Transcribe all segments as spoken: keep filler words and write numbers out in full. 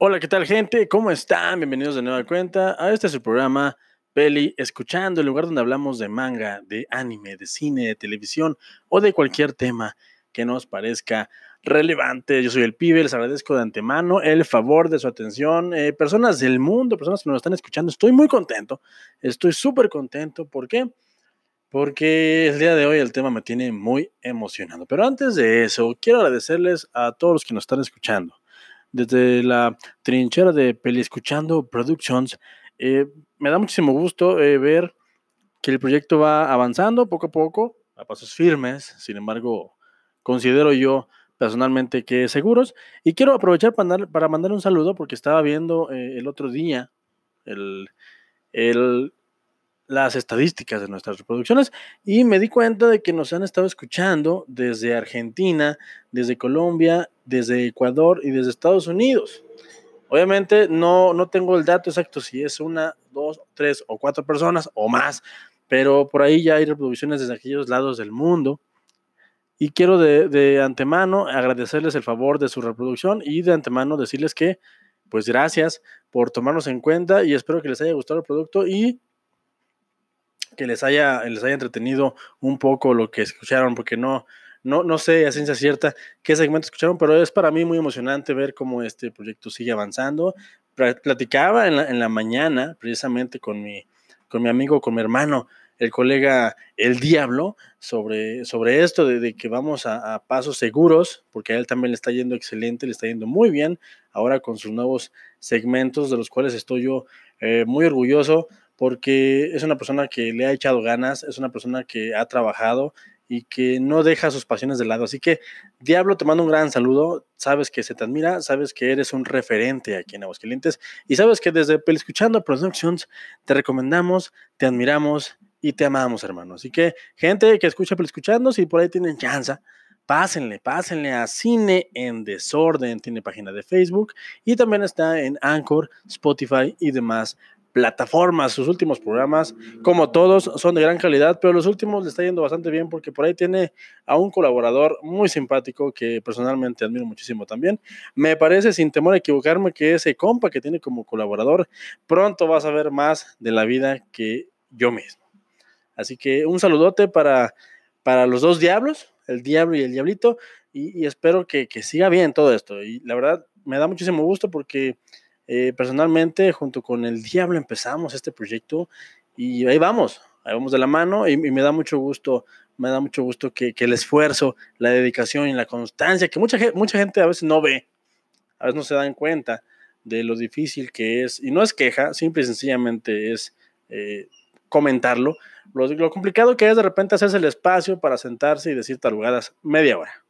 Hola, ¿qué tal, gente? ¿Cómo están? Bienvenidos de nueva cuenta a este su programa Peli Escuchando, el lugar donde hablamos de manga, de anime, de cine, de televisión o de cualquier tema que nos parezca relevante. Yo soy el Pibe, les agradezco de antemano el favor de su atención. Eh, personas del mundo, personas que nos están escuchando, estoy muy contento, estoy súper contento. ¿Por qué? Porque el día de hoy el tema me tiene muy emocionado. Pero antes de eso, quiero agradecerles a todos los que nos están escuchando. Desde la trinchera de Peli Escuchando Productions, eh, me da muchísimo gusto eh, ver que el proyecto va avanzando poco a poco, a pasos firmes. Sin embargo, considero yo personalmente que seguros. Y quiero aprovechar para, mandar, para mandar un saludo porque estaba viendo eh, el otro día el, el las estadísticas de nuestras reproducciones y me di cuenta de que nos han estado escuchando desde Argentina, desde Colombia, desde Ecuador y desde Estados Unidos. Obviamente no, no tengo el dato exacto si es una, dos, tres o cuatro personas o más, pero por ahí ya hay reproducciones desde aquellos lados del mundo. Y quiero de, de antemano agradecerles el favor de su reproducción y de antemano decirles que, pues gracias por tomarnos en cuenta y espero que les haya gustado el producto y que les haya, les haya entretenido un poco lo que escucharon, porque no, no, no sé a ciencia cierta qué segmento escucharon, pero es para mí muy emocionante ver cómo este proyecto sigue avanzando. Platicaba en la, en la mañana precisamente con mi, con mi amigo, con mi hermano, el colega El Diablo, sobre, sobre esto de, de que vamos a, a pasos seguros, porque a él también le está yendo excelente, le está yendo muy bien, ahora con sus nuevos segmentos, de los cuales estoy yo eh, muy orgulloso, porque es una persona que le ha echado ganas, es una persona que ha trabajado y que no deja sus pasiones de lado. Así que, Diablo, te mando un gran saludo. Sabes que se te admira, sabes que eres un referente aquí en Aguascalientes y sabes que desde Peliscuchando Productions te recomendamos, te admiramos y te amamos, hermano. Así que, gente que escucha Peliscuchando, si por ahí tienen chance, pásenle, pásenle a Cine en Desorden, tiene página de Facebook y también está en Anchor, Spotify y demás plataformas. Sus últimos programas, como todos, son de gran calidad, pero los últimos le está yendo bastante bien porque por ahí tiene a un colaborador muy simpático que personalmente admiro muchísimo también. Me parece, sin temor a equivocarme, que ese compa que tiene como colaborador pronto vas a ver más de la vida que yo mismo. Así que un saludote para, para los dos diablos, el diablo y el diablito, y, y espero que, que siga bien todo esto. Y la verdad, me da muchísimo gusto porque eh, personalmente, junto con el Diablo, empezamos este proyecto y ahí vamos, ahí vamos de la mano y, y me da mucho gusto, me da mucho gusto que, que, el esfuerzo, la dedicación y la constancia, que mucha, mucha gente a veces no ve, a veces no se dan cuenta de lo difícil que es, y no es queja, simple y sencillamente es eh, comentarlo, lo, lo complicado que es de repente hacerse el espacio para sentarse y decir tarugadas media hora.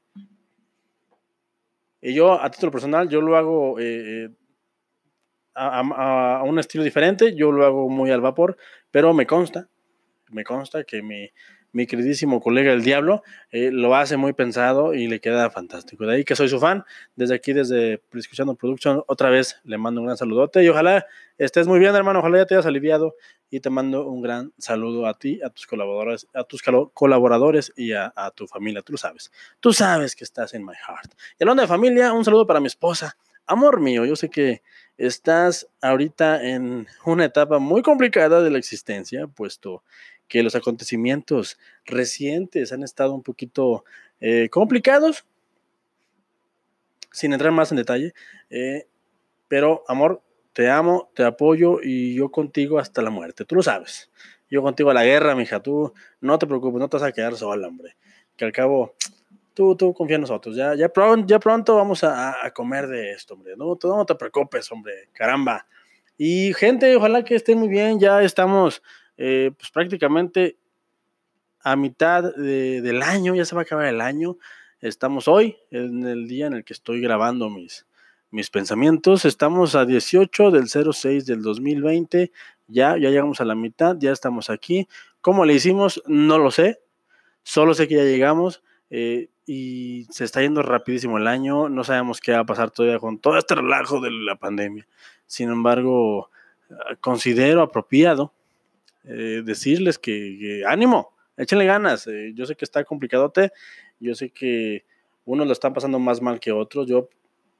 Y yo, a título personal, yo lo hago eh, A, a, a, un estilo diferente, yo lo hago muy al vapor, pero me consta, me consta que mi, mi queridísimo colega el Diablo eh, lo hace muy pensado y le queda fantástico. De ahí que soy su fan, desde aquí, desde Escuchando Production, otra vez le mando un gran saludote y ojalá estés muy bien, hermano, ojalá ya te hayas aliviado y te mando un gran saludo a ti, a tus colaboradores, a tus colaboradores y a, a tu familia, tú lo sabes, tú sabes que estás en my heart. Y hablando de familia, un saludo para mi esposa. Amor mío, yo sé que estás ahorita en una etapa muy complicada de la existencia, puesto que los acontecimientos recientes han estado un poquito eh, complicados, sin entrar más en detalle, eh, pero amor, te amo, te apoyo y yo contigo hasta la muerte, tú lo sabes. Yo contigo a la guerra, mija, tú no te preocupes, no te vas a quedar sola, hombre, que al cabo Tú, tú confía en nosotros, ya, ya, pronto, ya pronto vamos a, a comer de esto, hombre, no, tú no te preocupes, hombre, caramba. Y gente, ojalá que estén muy bien, ya estamos eh, pues prácticamente a mitad de, del año, ya se va a acabar el año, estamos hoy, en el día en el que estoy grabando mis, mis pensamientos, estamos a dieciocho del cero seis del dos mil veinte, ya, ya llegamos a la mitad, ya estamos aquí, ¿cómo le hicimos? No lo sé, solo sé que ya llegamos, eh, y se está yendo rapidísimo el año, no sabemos qué va a pasar todavía con todo este relajo de la pandemia. Sin embargo, considero apropiado eh, decirles que, que ánimo, échenle ganas. Eh, yo sé que está complicadote, yo sé que unos lo están pasando más mal que otros. Yo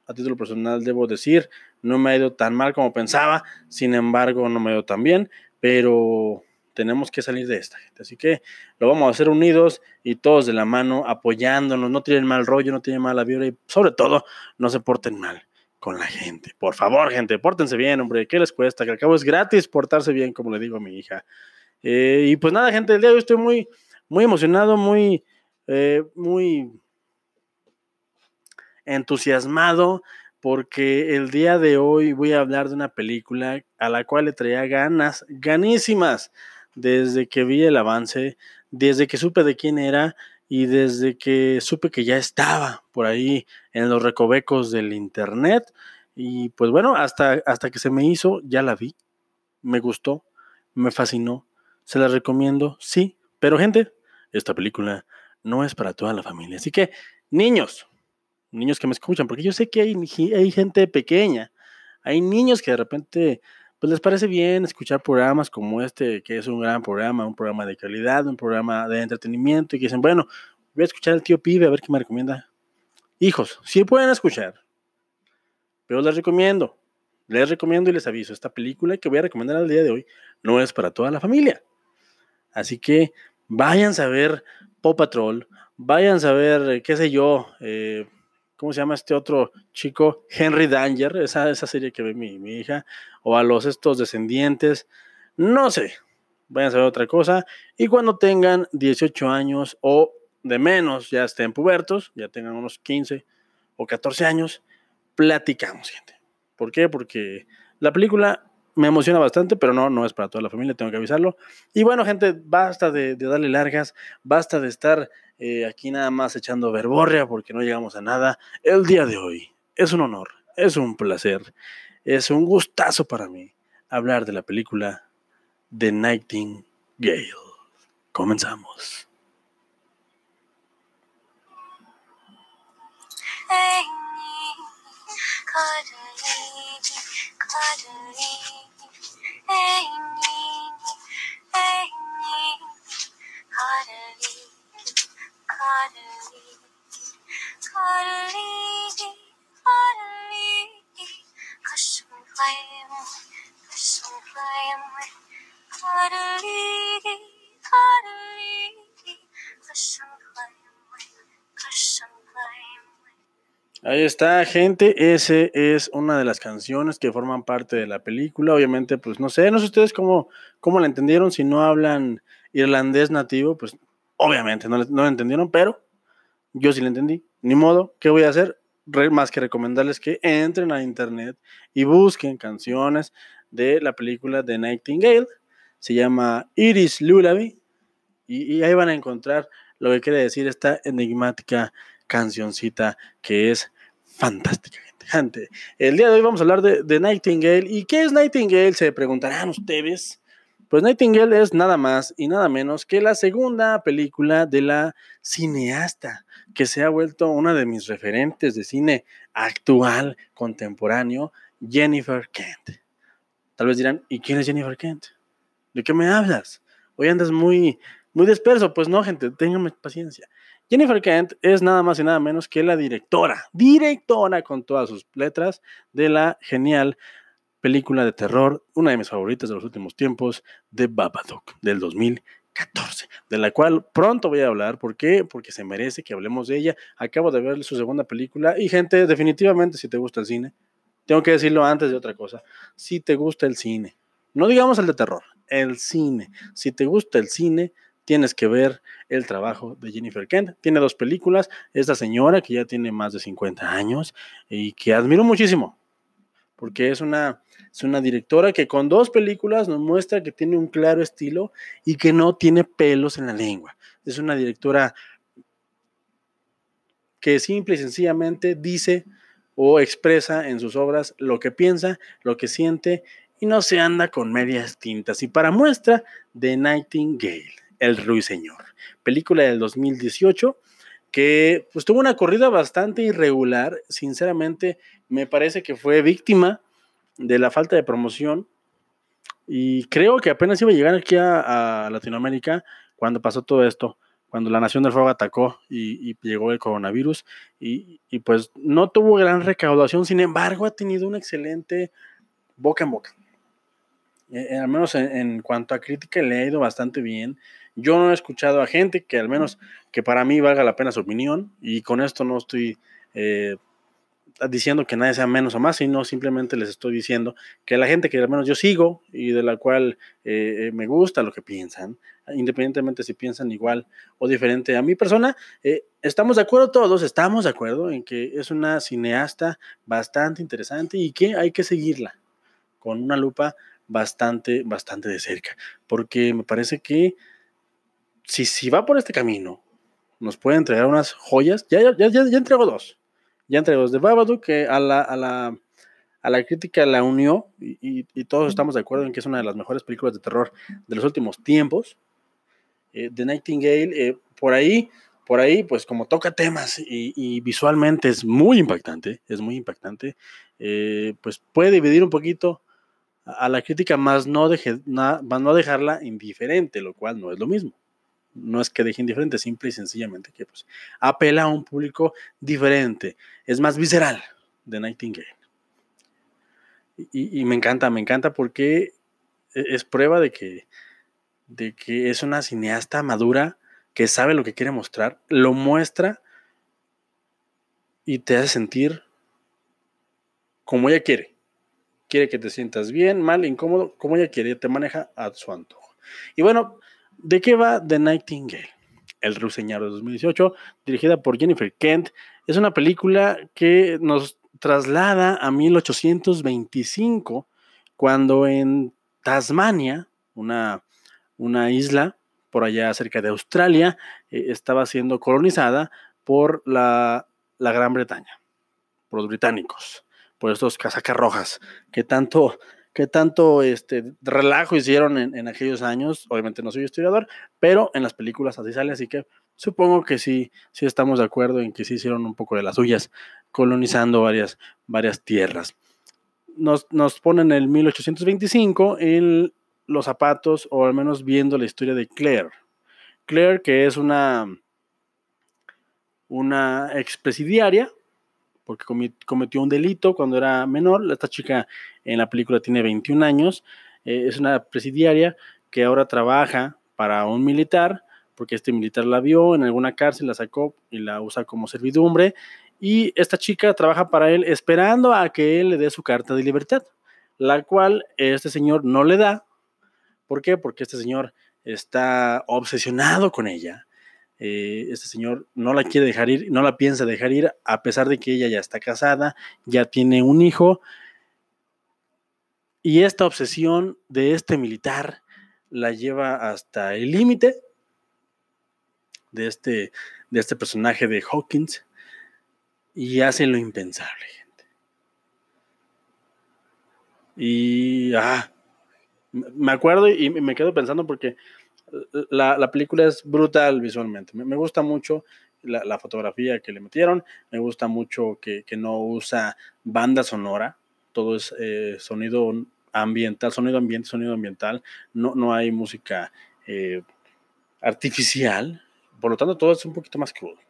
a título personal debo decir, no me ha ido tan mal como pensaba, sin embargo no me ha ido tan bien, pero tenemos que salir de esta, gente. Así que lo vamos a hacer unidos y todos de la mano, apoyándonos, no tienen mal rollo, no tienen mala vibra y sobre todo no se porten mal con la gente. Por favor, gente, pórtense bien, hombre, ¿qué les cuesta? Que al cabo es gratis portarse bien, como le digo a mi hija. Eh, y pues nada, gente, el día de hoy estoy muy, muy emocionado, muy, eh, muy entusiasmado porque el día de hoy voy a hablar de una película a la cual le traía ganas, ganísimas, desde que vi el avance, desde que supe de quién era y desde que supe que ya estaba por ahí en los recovecos del internet. Y pues bueno, hasta, hasta que se me hizo, ya la vi, me gustó, me fascinó, se la recomiendo, sí, pero gente, esta película no es para toda la familia. Así que, niños, niños que me escuchan, porque yo sé que hay, hay gente pequeña, hay niños que de repente pues les parece bien escuchar programas como este, que es un gran programa, un programa de calidad, un programa de entretenimiento, y que dicen, bueno, voy a escuchar al tío Pibe a ver qué me recomienda. Hijos, sí pueden escuchar, pero les recomiendo, les recomiendo y les aviso, esta película que voy a recomendar al día de hoy no es para toda la familia. Así que vayan a ver Paw Patrol, vayan a ver, qué sé yo, eh, ¿cómo se llama este otro chico? Henry Danger, esa, esa serie que ve mi, mi hija, o a los estos descendientes, no sé, vayan a ver otra cosa. Y cuando tengan dieciocho años o de menos, ya estén pubertos, ya tengan unos quince o catorce años, platicamos, gente. ¿Por qué? Porque la película me emociona bastante, pero no, no es para toda la familia, tengo que avisarlo. Y bueno, gente, basta de, de darle largas, basta de estar eh, aquí nada más echando verborrea porque no llegamos a nada. El día de hoy es un honor, es un placer, es un gustazo para mí hablar de la película The Nightingale. Comenzamos. Ahí está, gente, ese es una de las canciones que forman parte de la película. Obviamente, pues no sé, no sé ustedes cómo, cómo la entendieron, si no hablan irlandés nativo, pues obviamente no, no la entendieron, pero yo sí la entendí. Ni modo, ¿qué voy a hacer? Re, más que recomendarles que entren a internet y busquen canciones de la película de Nightingale. Se llama Iris Lullaby y, y ahí van a encontrar lo que quiere decir esta enigmática cancioncita que es fantástica, gente. gente. El día de hoy vamos a hablar de, de Nightingale. ¿Y qué es Nightingale? Se preguntarán ustedes. Pues Nightingale es nada más y nada menos que la segunda película de la cineasta que se ha vuelto una de mis referentes de cine actual, contemporáneo, Jennifer Kent. Tal vez dirán, ¿y quién es Jennifer Kent? ¿De qué me hablas? Hoy andas muy, muy disperso. Pues no, gente, ténganme paciencia. Jennifer Kent es nada más y nada menos que la directora, directora con todas sus letras, de la genial película de terror, una de mis favoritas de los últimos tiempos, The Babadook, del dos mil catorce, de la cual pronto voy a hablar. ¿Por qué? Porque se merece que hablemos de ella. Acabo de ver su segunda película y, gente, definitivamente, si te gusta el cine, tengo que decirlo antes de otra cosa, si te gusta el cine, no digamos el de terror, el cine, si te gusta el cine, tienes que ver el trabajo de Jennifer Kent. Tiene dos películas, esta señora que ya tiene más de cincuenta años y que admiro muchísimo, porque es una, es una directora que con dos películas nos muestra que tiene un claro estilo y que no tiene pelos en la lengua. Es una directora que simple y sencillamente dice o expresa en sus obras lo que piensa, lo que siente y no se anda con medias tintas. Y para muestra, The Nightingale, El Ruiseñor, película del dos mil dieciocho que pues tuvo una corrida bastante irregular. Sinceramente me parece que fue víctima de la falta de promoción y creo que apenas iba a llegar aquí a, a Latinoamérica cuando pasó todo esto cuando la Nación del Fuego atacó y, y llegó el coronavirus, y, y pues no tuvo gran recaudación, sin embargo ha tenido un excelente boca en boca. Eh, al menos en, en cuanto a crítica le ha ido bastante bien. Yo no he escuchado a gente que al menos que para mí valga la pena su opinión, y con esto no estoy eh, diciendo que nadie sea menos o más, sino simplemente les estoy diciendo que la gente que al menos yo sigo y de la cual eh, me gusta lo que piensan, independientemente si piensan igual o diferente a mi persona, eh, estamos de acuerdo todos, estamos de acuerdo en que es una cineasta bastante interesante y que hay que seguirla con una lupa bastante, bastante de cerca, porque me parece que si, si va por este camino, nos puede entregar unas joyas. Ya, ya, ya, ya entregó dos. Ya entregó dos de Babadook, que a la, a la, a la crítica la unió, y, y, y todos estamos de acuerdo en que es una de las mejores películas de terror de los últimos tiempos. Eh, The Nightingale, eh, por ahí, por ahí, pues como toca temas y, y visualmente es muy impactante, es muy impactante, eh, pues puede dividir un poquito a la crítica, más no, deje, na, más no dejarla indiferente, lo cual no es lo mismo. No es que deje indiferente, simple y sencillamente que pues, apela a un público diferente, es más visceral de Nightingale. Y, y me encanta, me encanta porque es prueba de que, de que es una cineasta madura que sabe lo que quiere mostrar, lo muestra y te hace sentir como ella quiere. Quiere que te sientas bien, mal, incómodo, como ella quiere, te maneja a su antojo. Y bueno, ¿de qué va The Nightingale? El Ruiseñor de dos mil dieciocho, dirigida por Jennifer Kent. Es una película que nos traslada a mil ochocientos veinticinco, cuando en Tasmania, una, una isla por allá cerca de Australia, eh, estaba siendo colonizada por la, la Gran Bretaña, por los británicos, por estos casacas rojas que tanto, que tanto este, relajo hicieron en, en aquellos años. Obviamente no soy historiador, pero en las películas así sale, así que supongo que sí, sí estamos de acuerdo en que sí hicieron un poco de las suyas, colonizando varias, varias tierras. Nos, nos ponen el mil ochocientos veinticinco en los zapatos, o al menos viendo la historia de Claire. Claire, que es una, una expresidiaria, porque cometió un delito cuando era menor. Esta chica en la película tiene veintiún años, eh, es una presidiaria que ahora trabaja para un militar, porque este militar la vio en alguna cárcel, la sacó y la usa como servidumbre, y esta chica trabaja para él esperando a que él le dé su carta de libertad, la cual este señor no le da. ¿Por qué? Porque este señor está obsesionado con ella. Eh, este señor no la quiere dejar ir, no la piensa dejar ir, a pesar de que ella ya está casada, ya tiene un hijo, y esta obsesión de este militar la lleva hasta el límite de este, de este personaje de Hawkins, y hace lo impensable, gente. Y ah, me acuerdo y me quedo pensando porque la, la película es brutal visualmente. Me, me gusta mucho la, la, fotografía que le metieron. Me gusta mucho que, que no usa banda sonora. Todo es eh, sonido ambiental, sonido ambiente, sonido ambiental. No, no hay música eh, artificial. Por lo tanto, todo es un poquito más crudo.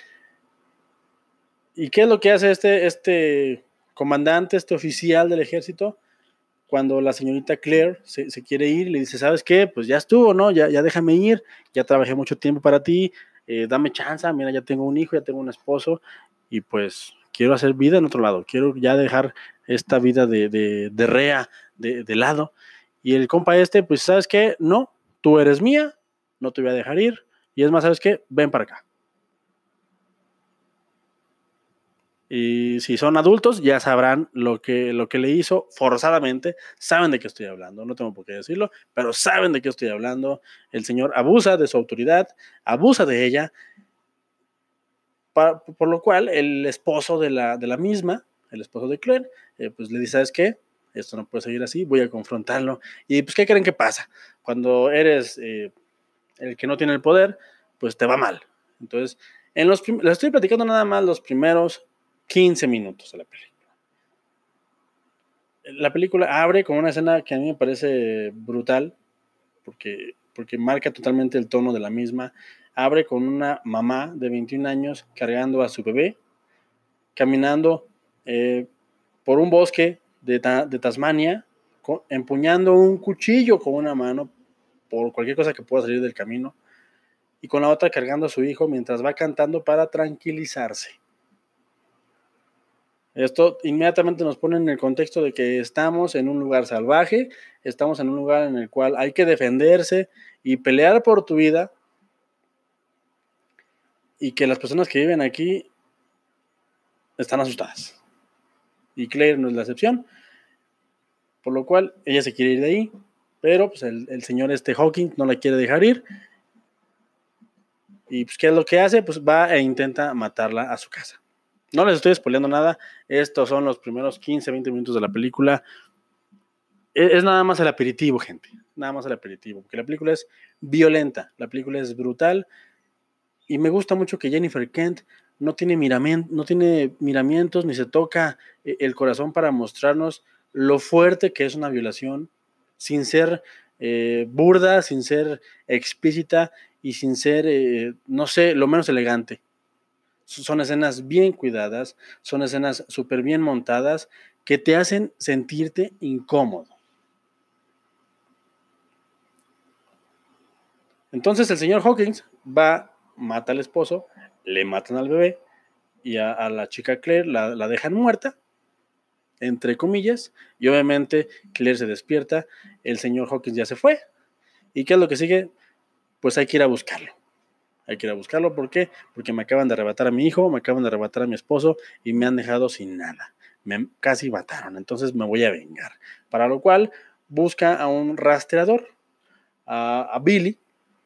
¿Y qué es lo que hace este, este comandante, este oficial del ejército? Cuando la señorita Claire se, se quiere ir, le dice, ¿sabes qué? Pues ya estuvo, ¿no? Ya, ya déjame ir, ya trabajé mucho tiempo para ti, eh, dame chance, mira, ya tengo un hijo, ya tengo un esposo, y pues quiero hacer vida en otro lado, quiero ya dejar esta vida de, de, de rea de, de lado. Y el compa este, pues, ¿sabes qué? No, tú eres mía, no te voy a dejar ir, y es más, ¿sabes qué? Ven para acá. Y si son adultos, ya sabrán lo que, lo que le hizo forzadamente. Saben de qué estoy hablando, no tengo por qué decirlo, pero saben de qué estoy hablando. El señor abusa de su autoridad, abusa de ella, para, por lo cual el esposo de la, de la misma, el esposo de Claire, eh, pues le dice, ¿sabes qué? Esto no puede seguir así, voy a confrontarlo. Y pues, ¿qué creen que pasa? Cuando eres eh, el que no tiene el poder, pues te va mal. Entonces, en los les estoy platicando nada más los primeros quince minutos de la película. La película abre con una escena que a mí me parece brutal, porque, porque marca totalmente el tono de la misma. abre con una mamá de veintiún años cargando a su bebé, caminando eh, por un bosque de, Ta- de Tasmania, con, empuñando un cuchillo con una mano por cualquier cosa que pueda salir del camino, y con la otra cargando a su hijo mientras va cantando para tranquilizarse. Esto inmediatamente nos pone en el contexto de que estamos en un lugar salvaje, estamos en un lugar en el cual hay que defenderse y pelear por tu vida, y que las personas que viven aquí están asustadas. Y Claire no es la excepción, por lo cual ella se quiere ir de ahí, pero pues el, el señor este Hawking no la quiere dejar ir. Y pues, ¿qué es lo que hace? Pues va e intenta matarla a su casa. No les estoy spoileando nada, estos son los primeros quince, veinte minutos de la película. Es, es nada más el aperitivo, gente, nada más el aperitivo, porque la película es violenta, la película es brutal, y me gusta mucho que Jennifer Kent no tiene, miramiento, no tiene miramientos ni se toca el corazón para mostrarnos lo fuerte que es una violación, sin ser eh, burda, sin ser explícita y sin ser, eh, no sé, lo menos elegante. Son escenas bien cuidadas, son escenas súper bien montadas que te hacen sentirte incómodo. Entonces el señor Hawkins va, mata al esposo, le matan al bebé, y a, a la chica Claire la, la dejan muerta, entre comillas, y obviamente Claire se despierta, el señor Hawkins ya se fue, ¿y qué es lo que sigue? Pues hay que ir a buscarlo. Hay que ir a buscarlo, ¿por qué? Porque me acaban de arrebatar a mi hijo, me acaban de arrebatar a mi esposo y me han dejado sin nada. Me casi mataron, entonces me voy a vengar. Para lo cual busca a un rastreador, a, a Billy,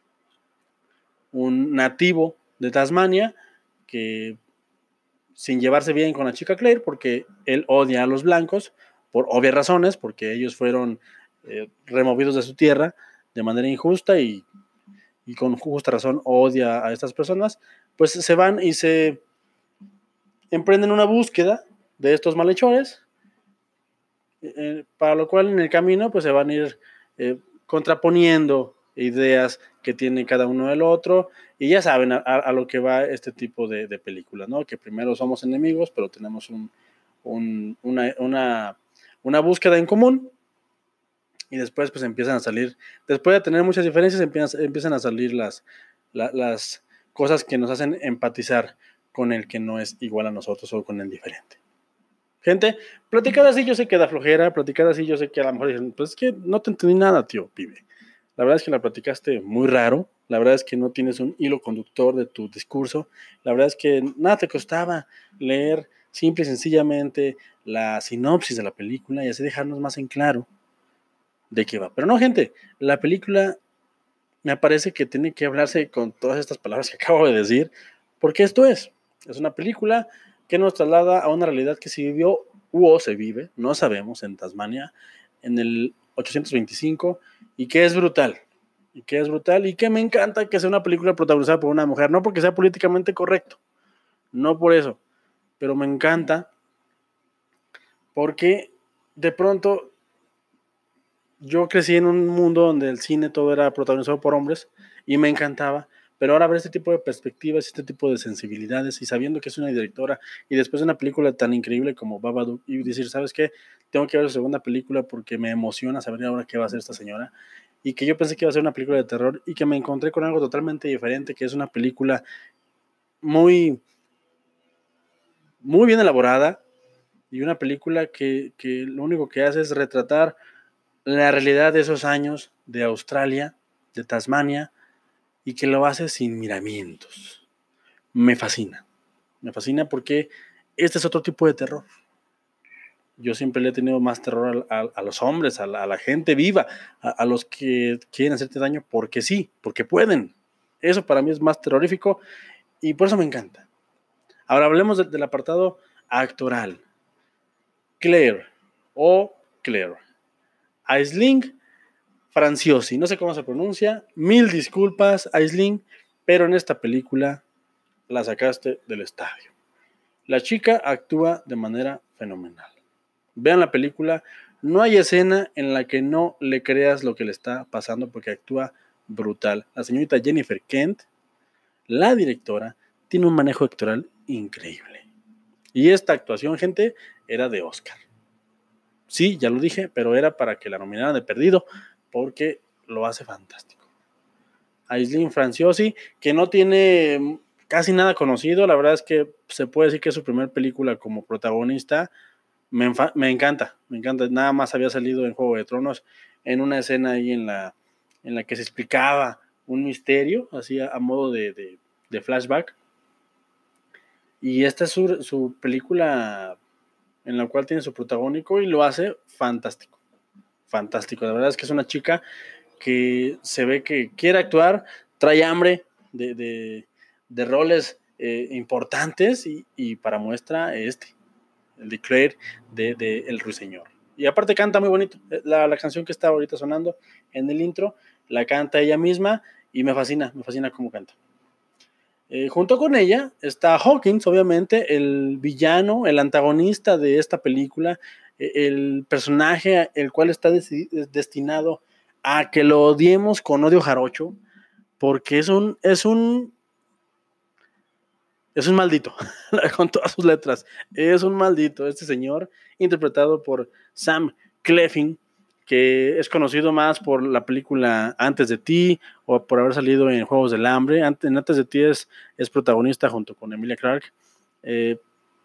un nativo de Tasmania, que sin llevarse bien con la chica Claire, porque él odia a los blancos, por obvias razones, porque ellos fueron eh, removidos de su tierra de manera injusta, y, y con justa razón odia a estas personas. Pues se van y se emprenden una búsqueda de estos malhechores, eh, para lo cual en el camino pues se van a ir eh, contraponiendo ideas que tiene cada uno del otro, y ya saben a, a lo que va este tipo de, de películas, ¿no? Que primero somos enemigos, pero tenemos un, un, una, una, una búsqueda en común, y después pues empiezan a salir, después de tener muchas diferencias, empiezan, empiezan a salir las, la, las cosas que nos hacen empatizar con el que no es igual a nosotros o con el diferente. Gente, platicada así yo sé que da flojera, platicada así yo sé que a lo mejor dicen, pues es que no te entendí nada, tío, pibe. La verdad es que la platicaste muy raro, la verdad es que no tienes un hilo conductor de tu discurso, la verdad es que nada te costaba leer simple y sencillamente la sinopsis de la película y así dejarnos más en claro de qué va. Pero no, gente, la película me parece que tiene que hablarse con todas estas palabras que acabo de decir, porque esto es, es una película que nos traslada a una realidad que se vivió u o se vive, no sabemos, en Tasmania, en el ochocientos veinticinco, y que es brutal, y que es brutal, y que me encanta que sea una película protagonizada por una mujer, no porque sea políticamente correcto, no por eso, pero me encanta porque de pronto yo crecí en un mundo donde el cine todo era protagonizado por hombres y me encantaba, pero ahora ver este tipo de perspectivas, este tipo de sensibilidades, y sabiendo que es una directora y después de una película tan increíble como Babadook, y decir, ¿sabes qué? Tengo que ver su segunda película porque me emociona saber ahora qué va a hacer esta señora, y que yo pensé que iba a ser una película de terror y que me encontré con algo totalmente diferente, que es una película muy, muy bien elaborada, y una película que, que lo único que hace es retratar la realidad de esos años de Australia, de Tasmania, y que lo hace sin miramientos. Me fascina, me fascina porque este es otro tipo de terror. Yo siempre le he tenido más terror a, a, a los hombres, a la, a la gente viva, a, a los que quieren hacerte daño porque sí, porque pueden. Eso para mí es más terrorífico y por eso me encanta. Ahora hablemos de, del apartado actoral. Claire o Claire. Aisling Franciosi, no sé cómo se pronuncia, mil disculpas, Aisling, pero en esta película la sacaste del estadio. La chica actúa de manera fenomenal. Vean la película, no hay escena en la que no le creas lo que le está pasando porque actúa brutal. La señorita Jennifer Kent la directora, tiene un manejo actoral increíble. Y esta actuación, gente, era de Oscar. Sí, ya lo dije, pero era para que la nominaran de perdido, porque lo hace fantástico. Aislinn Franciosi, que no tiene casi nada conocido, la verdad es que se puede decir que es su primera película como protagonista. Me, enfa- me encanta, me encanta. Nada más había salido en Juego de Tronos en una escena ahí en la, en la que se explicaba un misterio, así a, a modo de, de, de flashback. Y esta es su, su película en la cual tiene su protagónico y lo hace fantástico. Fantástico. La verdad es que es una chica que se ve que quiere actuar, trae hambre de, de, de roles eh, importantes y, y para muestra este, el de Claire de, de El Ruiseñor. Y aparte canta muy bonito. La, la canción que está ahorita sonando en el intro la canta ella misma y me fascina, me fascina cómo canta. Eh, junto con ella está Hawkins, obviamente, el villano, el antagonista de esta película, eh, el personaje el cual está destinado a que lo odiemos con odio jarocho, porque es un, es un, es un maldito, con todas sus letras, es un maldito este señor, interpretado por Sam Claflin, que es conocido más por la película Antes de ti o por haber salido en Juegos del Hambre. En Antes de ti es, es protagonista junto con Emilia Clarke. Eh,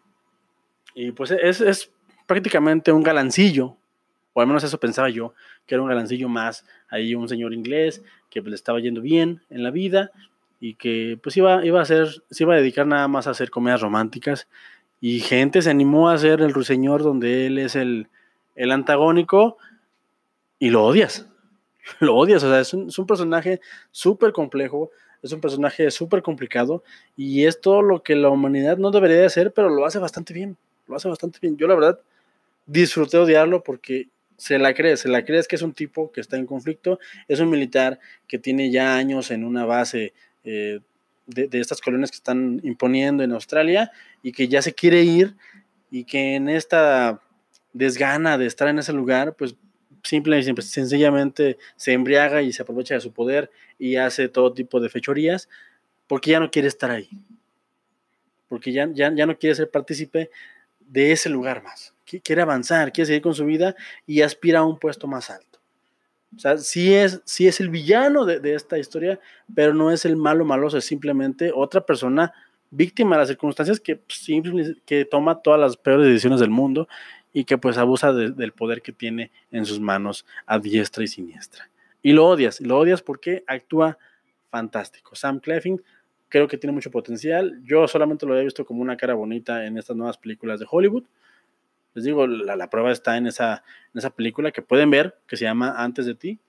y pues es, es prácticamente un galancillo, o al menos eso pensaba yo, que era un galancillo más, ahí un señor inglés que le estaba yendo bien en la vida y que pues iba, iba a hacer, se iba a dedicar nada más a hacer comedias románticas y gente se animó a hacer El Ruiseñor donde él es el, el antagónico y lo odias, lo odias, o sea, es un, es un personaje súper complejo, es un personaje súper complicado y es todo lo que la humanidad no debería de hacer, pero lo hace bastante bien, lo hace bastante bien. Yo la verdad disfruté odiarlo porque se la crees, se la crees que es un tipo que está en conflicto, es un militar que tiene ya años en una base eh, de, de estas colonias que están imponiendo en Australia y que ya se quiere ir y que en esta desgana de estar en ese lugar, pues simple y sencillamente se embriaga y se aprovecha de su poder y hace todo tipo de fechorías porque ya no quiere estar ahí, porque ya, ya, ya no quiere ser partícipe de ese lugar más. Quiere avanzar, quiere seguir con su vida y aspira a un puesto más alto. O sea, sí es, sí es el villano de, de esta historia, pero no es el malo maloso, es simplemente otra persona víctima de las circunstancias que, que toma todas las peores decisiones del mundo y que pues abusa de, del poder que tiene en sus manos a diestra y siniestra. Y lo odias, lo odias porque actúa fantástico. Sam Claflin creo que tiene mucho potencial. Yo solamente lo había visto como una cara bonita en estas nuevas películas de Hollywood. Les digo, la, la prueba está en esa, en esa película que pueden ver, que se llama Antes de ti,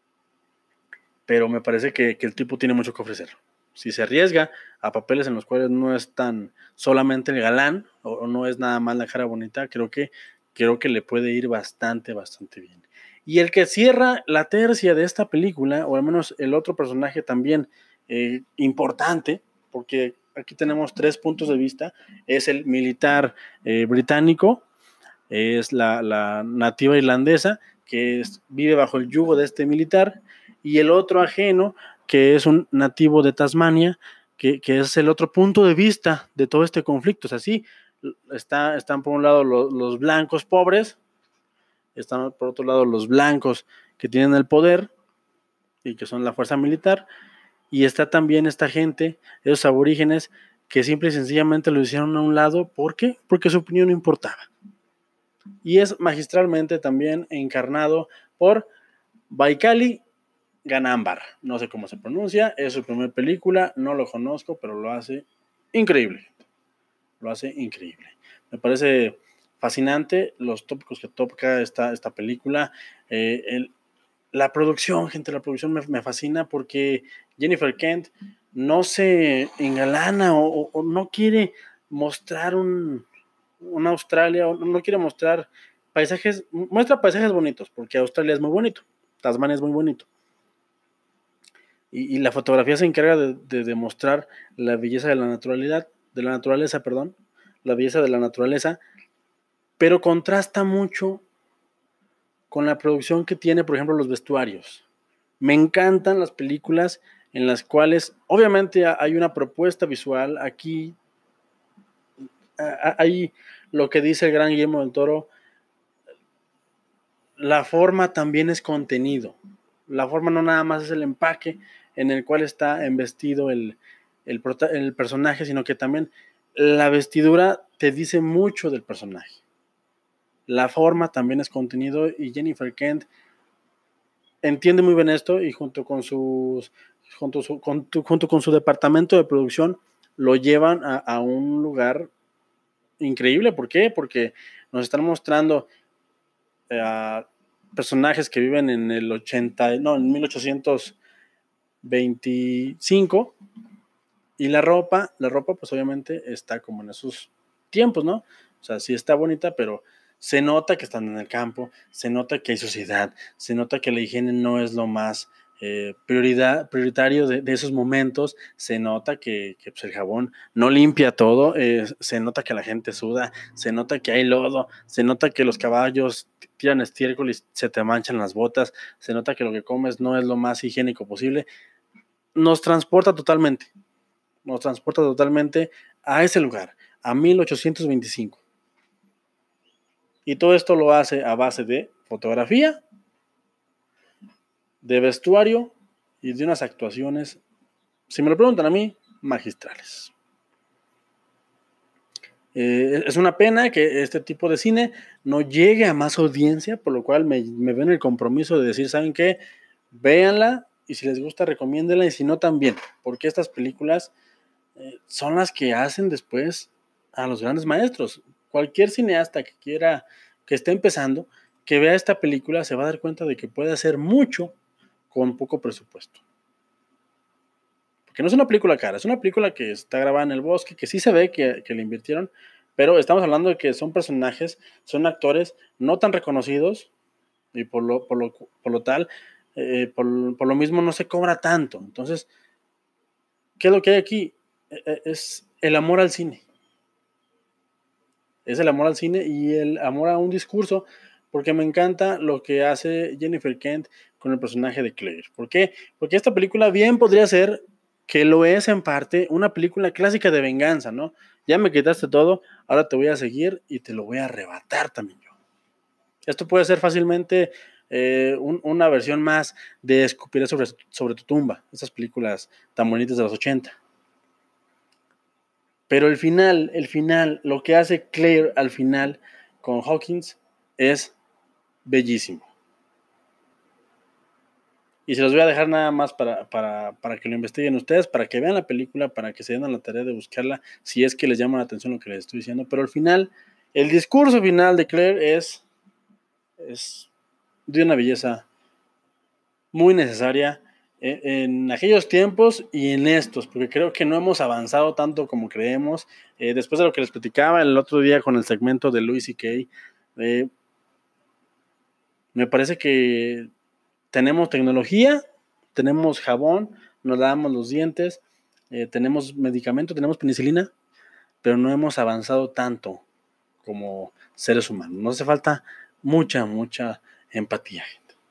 pero me parece que, que el tipo tiene mucho que ofrecer. Si se arriesga a papeles en los cuales no es tan solamente el galán o, o no es nada más la cara bonita, creo que, creo que le puede ir bastante, bastante bien. Y el que cierra la tercia de esta película, o al menos el otro personaje también eh, importante, porque aquí tenemos tres puntos de vista, es el militar eh, británico, es la, la nativa irlandesa, que es, vive bajo el yugo de este militar, y el otro ajeno, que es un nativo de Tasmania, que, que es el otro punto de vista de todo este conflicto. O sea, sí, está, están por un lado los, los blancos pobres, están por otro lado los blancos que tienen el poder y que son la fuerza militar, y está también esta gente, esos aborígenes, que simple y sencillamente lo hicieron a un lado. ¿Por qué? Porque su opinión no importaba. Y es magistralmente también encarnado por Baikali Ganambar. No sé cómo se pronuncia, es su primera película, no lo conozco, pero lo hace increíble. Lo hace increíble. Me parece fascinante los tópicos que toca esta, esta película. Eh, el, la producción, gente, la producción me, me, fascina porque Jennifer Kent no se engalana o, o no quiere mostrar un, una Australia, o no quiere mostrar paisajes, muestra paisajes bonitos, porque Australia es muy bonito, Tasmania es muy bonito. Y, y la fotografía se encarga de, de demostrar la belleza de la naturalidad, de la naturaleza, perdón, la belleza de la naturaleza, pero contrasta mucho con la producción que tiene, por ejemplo, los vestuarios. Me encantan las películas en las cuales obviamente hay una propuesta visual. Aquí hay lo que dice el gran Guillermo del Toro, la forma también es contenido. La forma no nada más es el empaque en el cual está embestido el, el, el personaje, sino que también la vestidura te dice mucho del personaje. La forma también es contenido y Jennifer Kent entiende muy bien esto y junto con sus junto, su, con, junto con su departamento de producción lo llevan a, a un lugar increíble. ¿Por qué? Porque nos están mostrando a personajes que viven en el ochenta, no, en mil ochocientos veinticinco, y la ropa, la ropa pues obviamente está como en esos tiempos, ¿no? O sea, sí está bonita, pero se nota que están en el campo, se nota que hay suciedad, se nota que la higiene no es lo más eh, prioridad, prioritario de, de, esos momentos, se nota que, que pues, el jabón no limpia todo, eh, se nota que la gente suda, se nota que hay lodo, se nota que los caballos tiran estiércol y se te manchan las botas, se nota que lo que comes no es lo más higiénico posible. Nos transporta totalmente, nos transporta totalmente a ese lugar, a mil ochocientos veinticinco. Y todo esto lo hace a base de fotografía, de vestuario y de unas actuaciones, si me lo preguntan a mí, magistrales. Eh, es una pena que este tipo de cine no llegue a más audiencia, por lo cual me, me ven el compromiso de decir, ¿saben qué? Véanla y si les gusta, recomiéndenla y si no, también, porque estas películas eh, son las que hacen después a los grandes maestros. Cualquier cineasta que quiera, que esté empezando, que vea esta película, se va a dar cuenta de que puede hacer mucho con poco presupuesto. Porque no es una película cara, es una película que está grabada en el bosque, que sí se ve que, que le invirtieron, pero estamos hablando de que son personajes, son actores no tan reconocidos, y por lo, por lo, por lo tal, eh, por, por lo mismo no se cobra tanto. Entonces, ¿qué es lo que hay aquí? Es el amor al cine. Es el amor al cine y el amor a un discurso, porque me encanta lo que hace Jennifer Kent con el personaje de Claire. ¿Por qué? Porque esta película bien podría ser, que lo es en parte, una película clásica de venganza, ¿no? Ya me quitaste todo, ahora te voy a seguir y te lo voy a arrebatar también yo. Esto puede ser fácilmente eh, un, una versión más de Escupiré sobre, sobre tu tumba, esas películas tan bonitas de los ochenta. Pero el final, el final, lo que hace Claire al final con Hawkins es bellísimo. Y se los voy a dejar nada más para, para, para que lo investiguen ustedes, para que vean la película, para que se den a la tarea de buscarla, si es que les llama la atención lo que les estoy diciendo. Pero al final, el discurso final de Claire es, es de una belleza muy necesaria en aquellos tiempos y en estos, porque creo que no hemos avanzado tanto como creemos. Eh, después de lo que les platicaba el otro día con el segmento de Louis C K, eh, me parece que tenemos tecnología, tenemos jabón, nos lavamos los dientes, eh, tenemos medicamento, tenemos penicilina, pero no hemos avanzado tanto como seres humanos. Nos hace falta mucha, mucha empatía.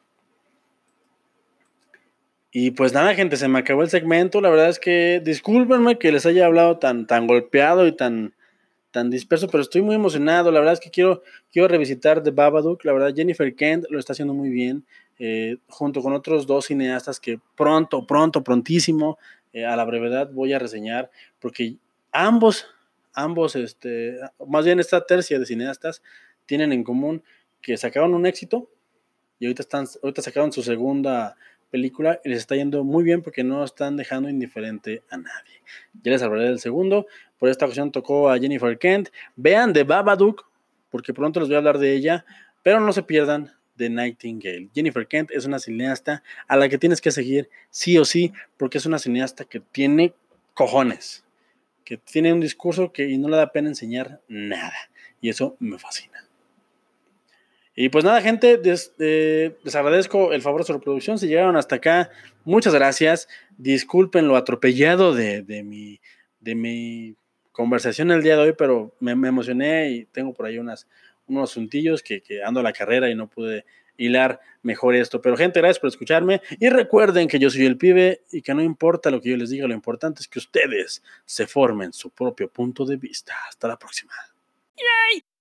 Y pues nada, gente, se me acabó el segmento. La verdad es que discúlpenme que les haya hablado tan, tan golpeado y tan, tan disperso, pero estoy muy emocionado. La verdad es que quiero, quiero revisitar The Babadook. La verdad, Jennifer Kent lo está haciendo muy bien, eh, junto con otros dos cineastas que pronto, pronto, prontísimo, eh, a la brevedad voy a reseñar, porque ambos, ambos, este, más bien esta tercia de cineastas tienen en común que sacaron un éxito y ahorita, están, ahorita sacaron su segunda película y les está yendo muy bien porque no están dejando indiferente a nadie. Ya les hablaré del segundo. Por esta ocasión tocó a Jennifer Kent. Vean The Babadook, porque pronto les voy a hablar de ella, pero no se pierdan de Nightingale. Jennifer Kent es una cineasta a la que tienes que seguir sí o sí, porque es una cineasta que tiene cojones, que tiene un discurso que y no le da pena enseñar nada. Y eso me fascina. Y pues nada, gente, des, eh, les agradezco el favor de su reproducción. Si llegaron hasta acá, muchas gracias. Disculpen lo atropellado de, de, mi, de mi conversación el día de hoy, pero me, me emocioné y tengo por ahí unas, unos asuntillos que, que ando a la carrera y no pude hilar mejor esto. Pero gente, gracias por escucharme y recuerden que yo soy el pibe y que no importa lo que yo les diga, lo importante es que ustedes se formen su propio punto de vista. Hasta la próxima. Yay!